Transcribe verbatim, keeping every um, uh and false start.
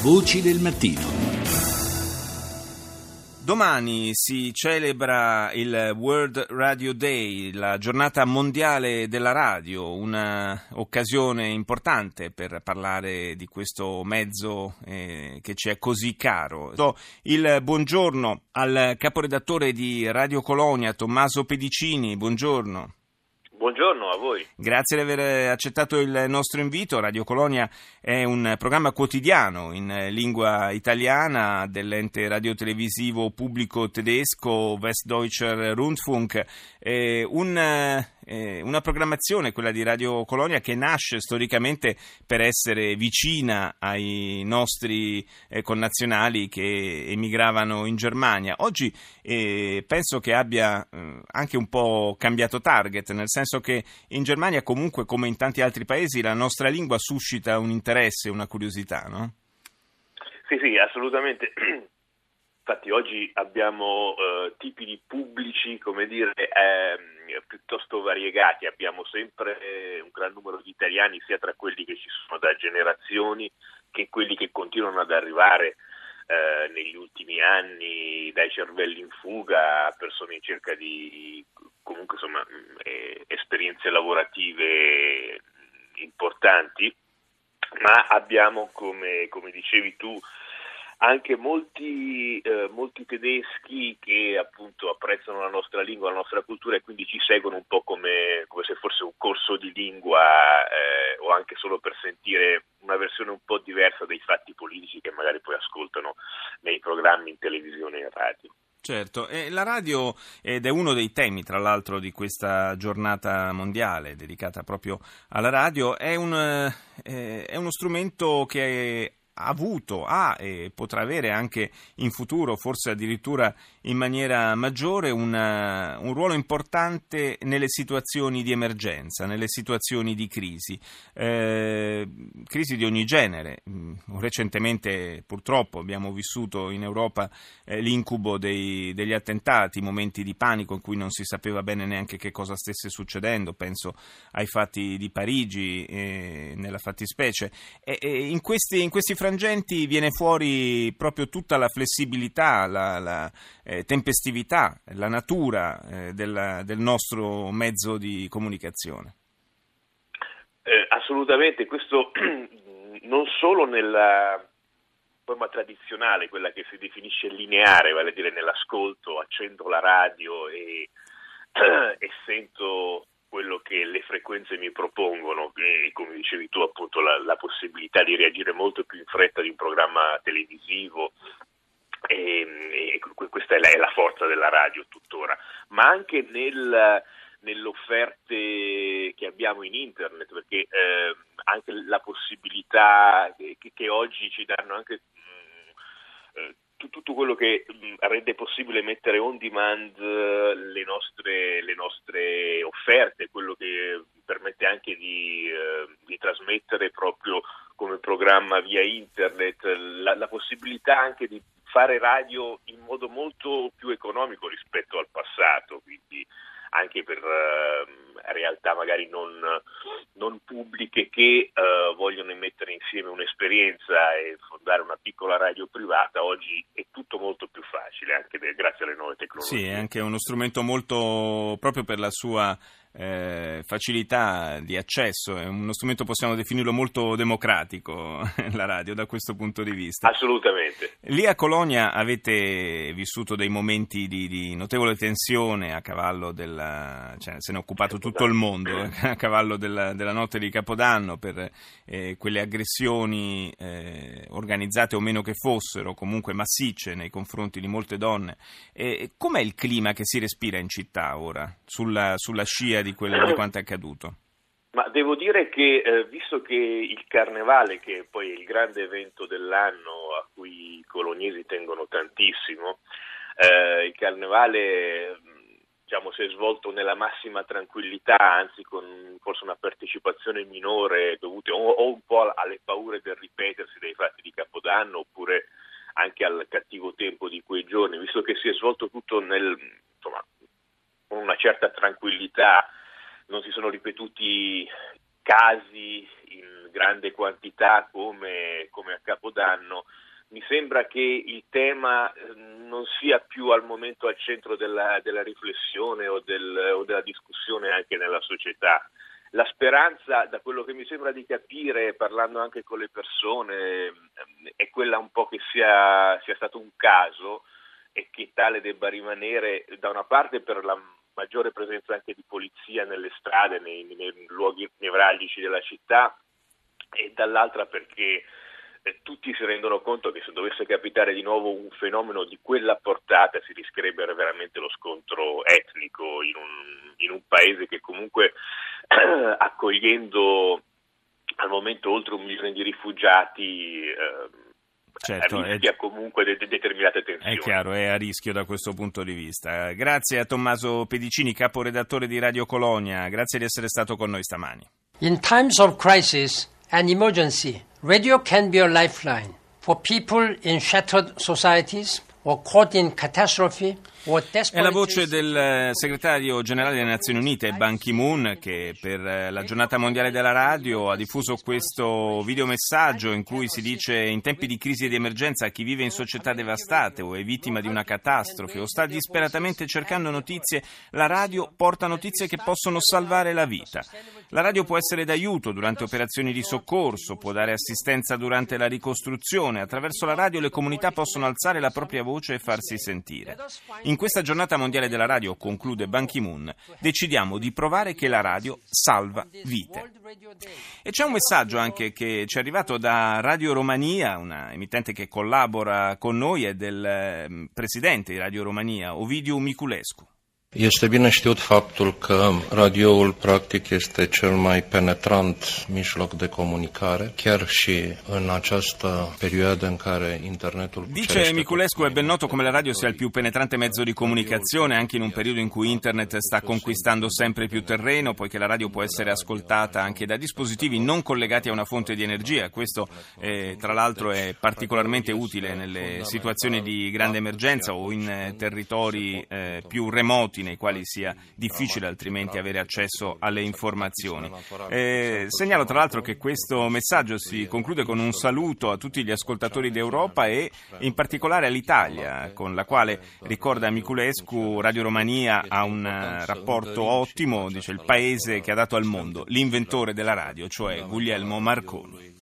Voci del mattino. Domani si celebra il World Radio Day, la giornata mondiale della radio, un'occasione importante per parlare di questo mezzo eh, che ci è così caro. Do il buongiorno al caporedattore di Radio Colonia, Tommaso Pedicini. Buongiorno. Buongiorno a voi. Grazie di aver accettato il nostro invito. Radio Colonia è un programma quotidiano in lingua italiana dell'ente radiotelevisivo pubblico tedesco Westdeutscher Rundfunk, eh, un, eh, una programmazione, quella di Radio Colonia, che nasce storicamente per essere vicina ai nostri eh, connazionali che emigravano in Germania. Oggi eh, penso che abbia eh, anche un po' cambiato target, nel senso che in Germania, comunque, come in tanti altri paesi, la nostra lingua suscita un interesse, una curiosità, no? Sì, sì, assolutamente. Infatti oggi abbiamo eh, tipi di pubblici, come dire, eh, piuttosto variegati. Abbiamo sempre eh, un gran numero di italiani, sia tra quelli che ci sono da generazioni che quelli che continuano ad arrivare eh, negli ultimi anni, dai cervelli in fuga a persone in cerca di comunque insomma eh, esperienze lavorative importanti, ma abbiamo, come, come dicevi tu, anche molti, eh, molti tedeschi che appunto apprezzano la nostra lingua, la nostra cultura, e quindi ci seguono un po' come, come se fosse un corso di lingua eh, o anche solo per sentire una versione un po' diversa dei fatti politici che magari poi ascoltano nei programmi in televisione e in radio. Certo, e la radio, ed è uno dei temi tra l'altro di questa giornata mondiale dedicata proprio alla radio, è, un, eh, è uno strumento che ha avuto, ha e potrà avere anche in futuro, forse addirittura in maniera maggiore, una, un ruolo importante nelle situazioni di emergenza, nelle situazioni di crisi, eh, crisi di ogni genere. Recentemente purtroppo abbiamo vissuto in Europa eh, l'incubo dei, degli attentati, momenti di panico in cui non si sapeva bene neanche che cosa stesse succedendo, penso ai fatti di Parigi eh, nella fattispecie, e, e in questi, in questi frangenti viene fuori proprio tutta la flessibilità, la, la eh, tempestività, la natura eh, del, del nostro mezzo di comunicazione. Eh, assolutamente, questo non solo nella forma tradizionale, quella che si definisce lineare, vale a dire nell'ascolto, accendo la radio e, e sento quello che le frequenze mi propongono, e come dicevi tu appunto la, la possibilità di reagire molto più in fretta di un programma televisivo, e, e questa è la, è la forza della radio tuttora, ma anche nel, nelle offerte che abbiamo in internet, perché eh, anche la possibilità che, che oggi ci danno anche mh, eh, tutto quello che rende possibile mettere on demand le nostre, le nostre offerte, quello che permette anche di, eh, di trasmettere proprio come programma via internet, la, la possibilità anche di fare radio in modo molto più economico rispetto al passato, quindi anche per uh, realtà magari non, non pubbliche che uh, vogliono mettere insieme un'esperienza e fondare una piccola radio privata. Oggi è tutto molto più facile, anche de- grazie alle nuove tecnologie. Sì, è anche uno strumento molto, proprio per la sua eh, facilità di accesso, è uno strumento, possiamo definirlo, molto democratico, la radio, da questo punto di vista. Assolutamente. Lì a Colonia avete vissuto dei momenti di, di notevole tensione a cavallo della, cioè se ne è occupato tutto il mondo, a cavallo della, della notte di Capodanno, per eh, quelle aggressioni eh, organizzate o meno che fossero, comunque massicce nei confronti di molte donne. E com'è il clima che si respira in città ora, sulla, sulla scia di quello di quanto è accaduto? Ma devo dire che, eh, visto che il Carnevale, che poi è il grande evento dell'anno a cui i coloniesi tengono tantissimo, eh, il Carnevale diciamo si è svolto nella massima tranquillità, anzi con forse una partecipazione minore dovuta o, o un po' alle paure del ripetersi dei fatti di Capodanno, oppure anche al cattivo tempo di quei giorni, visto che si è svolto tutto nel, insomma, con una certa tranquillità, non si sono ripetuti casi in grande quantità come, come Capodanno, mi sembra che il tema non sia più al momento al centro della, della riflessione o, del, o della discussione anche nella società. La speranza, da quello che mi sembra di capire, parlando anche con le persone, è quella un po' che sia, sia stato un caso e che tale debba rimanere, da una parte per la maggiore presenza anche di polizia nelle strade, nei, nei luoghi nevralgici della città, e dall'altra perché eh, tutti si rendono conto che se dovesse capitare di nuovo un fenomeno di quella portata si rischierebbe veramente lo scontro etnico in un, in un paese che comunque eh, accogliendo al momento oltre un milione di rifugiati eh, Certo, rischia è, comunque de- de- determinate tensioni. È chiaro, è a rischio da questo punto di vista. Grazie a Tommaso Pedicini, caporedattore di Radio Colonia, grazie di essere stato con noi stamani. In times of crisis and emergency, radio can be a lifeline for people in shattered societies or caught in catastrophe. È la voce del segretario generale delle Nazioni Unite, Ban Ki-moon, che per la giornata mondiale della radio ha diffuso questo videomessaggio in cui si dice: in tempi di crisi e di emergenza chi vive in società devastate o è vittima di una catastrofe o sta disperatamente cercando notizie, la radio porta notizie che possono salvare la vita. La radio può essere d'aiuto durante operazioni di soccorso, può dare assistenza durante la ricostruzione. Attraverso la radio le comunità possono alzare la propria voce e farsi sentire. In questa giornata mondiale della radio, conclude Ban Ki-moon, decidiamo di provare che la radio salva vite. E c'è un messaggio anche che ci è arrivato da Radio Romania, una emittente che collabora con noi, è del presidente di Radio Romania, Ovidiu Miculescu. Este bine știut faptul că radioul practic este cel mai penetrant mijloc de comunicare, chiar și în această perioadă în care internetul Dice Miculescu, è ben noto come la radio sia il più penetrante mezzo di comunicazione, anche in un periodo in cui internet sta conquistando sempre più terreno, poiché la radio può essere ascoltata anche da dispositivi non collegati a una fonte di energia. Questo eh, tra l'altro è particolarmente utile nelle situazioni di grande emergenza o in eh, territori eh, più remoti, nei quali sia difficile altrimenti avere accesso alle informazioni. Eh, segnalo tra l'altro che questo messaggio si conclude con un saluto a tutti gli ascoltatori d'Europa e in particolare all'Italia, con la quale, ricorda Miculescu, Radio Romania ha un rapporto ottimo, dice il paese che ha dato al mondo l'inventore della radio, cioè Guglielmo Marconi.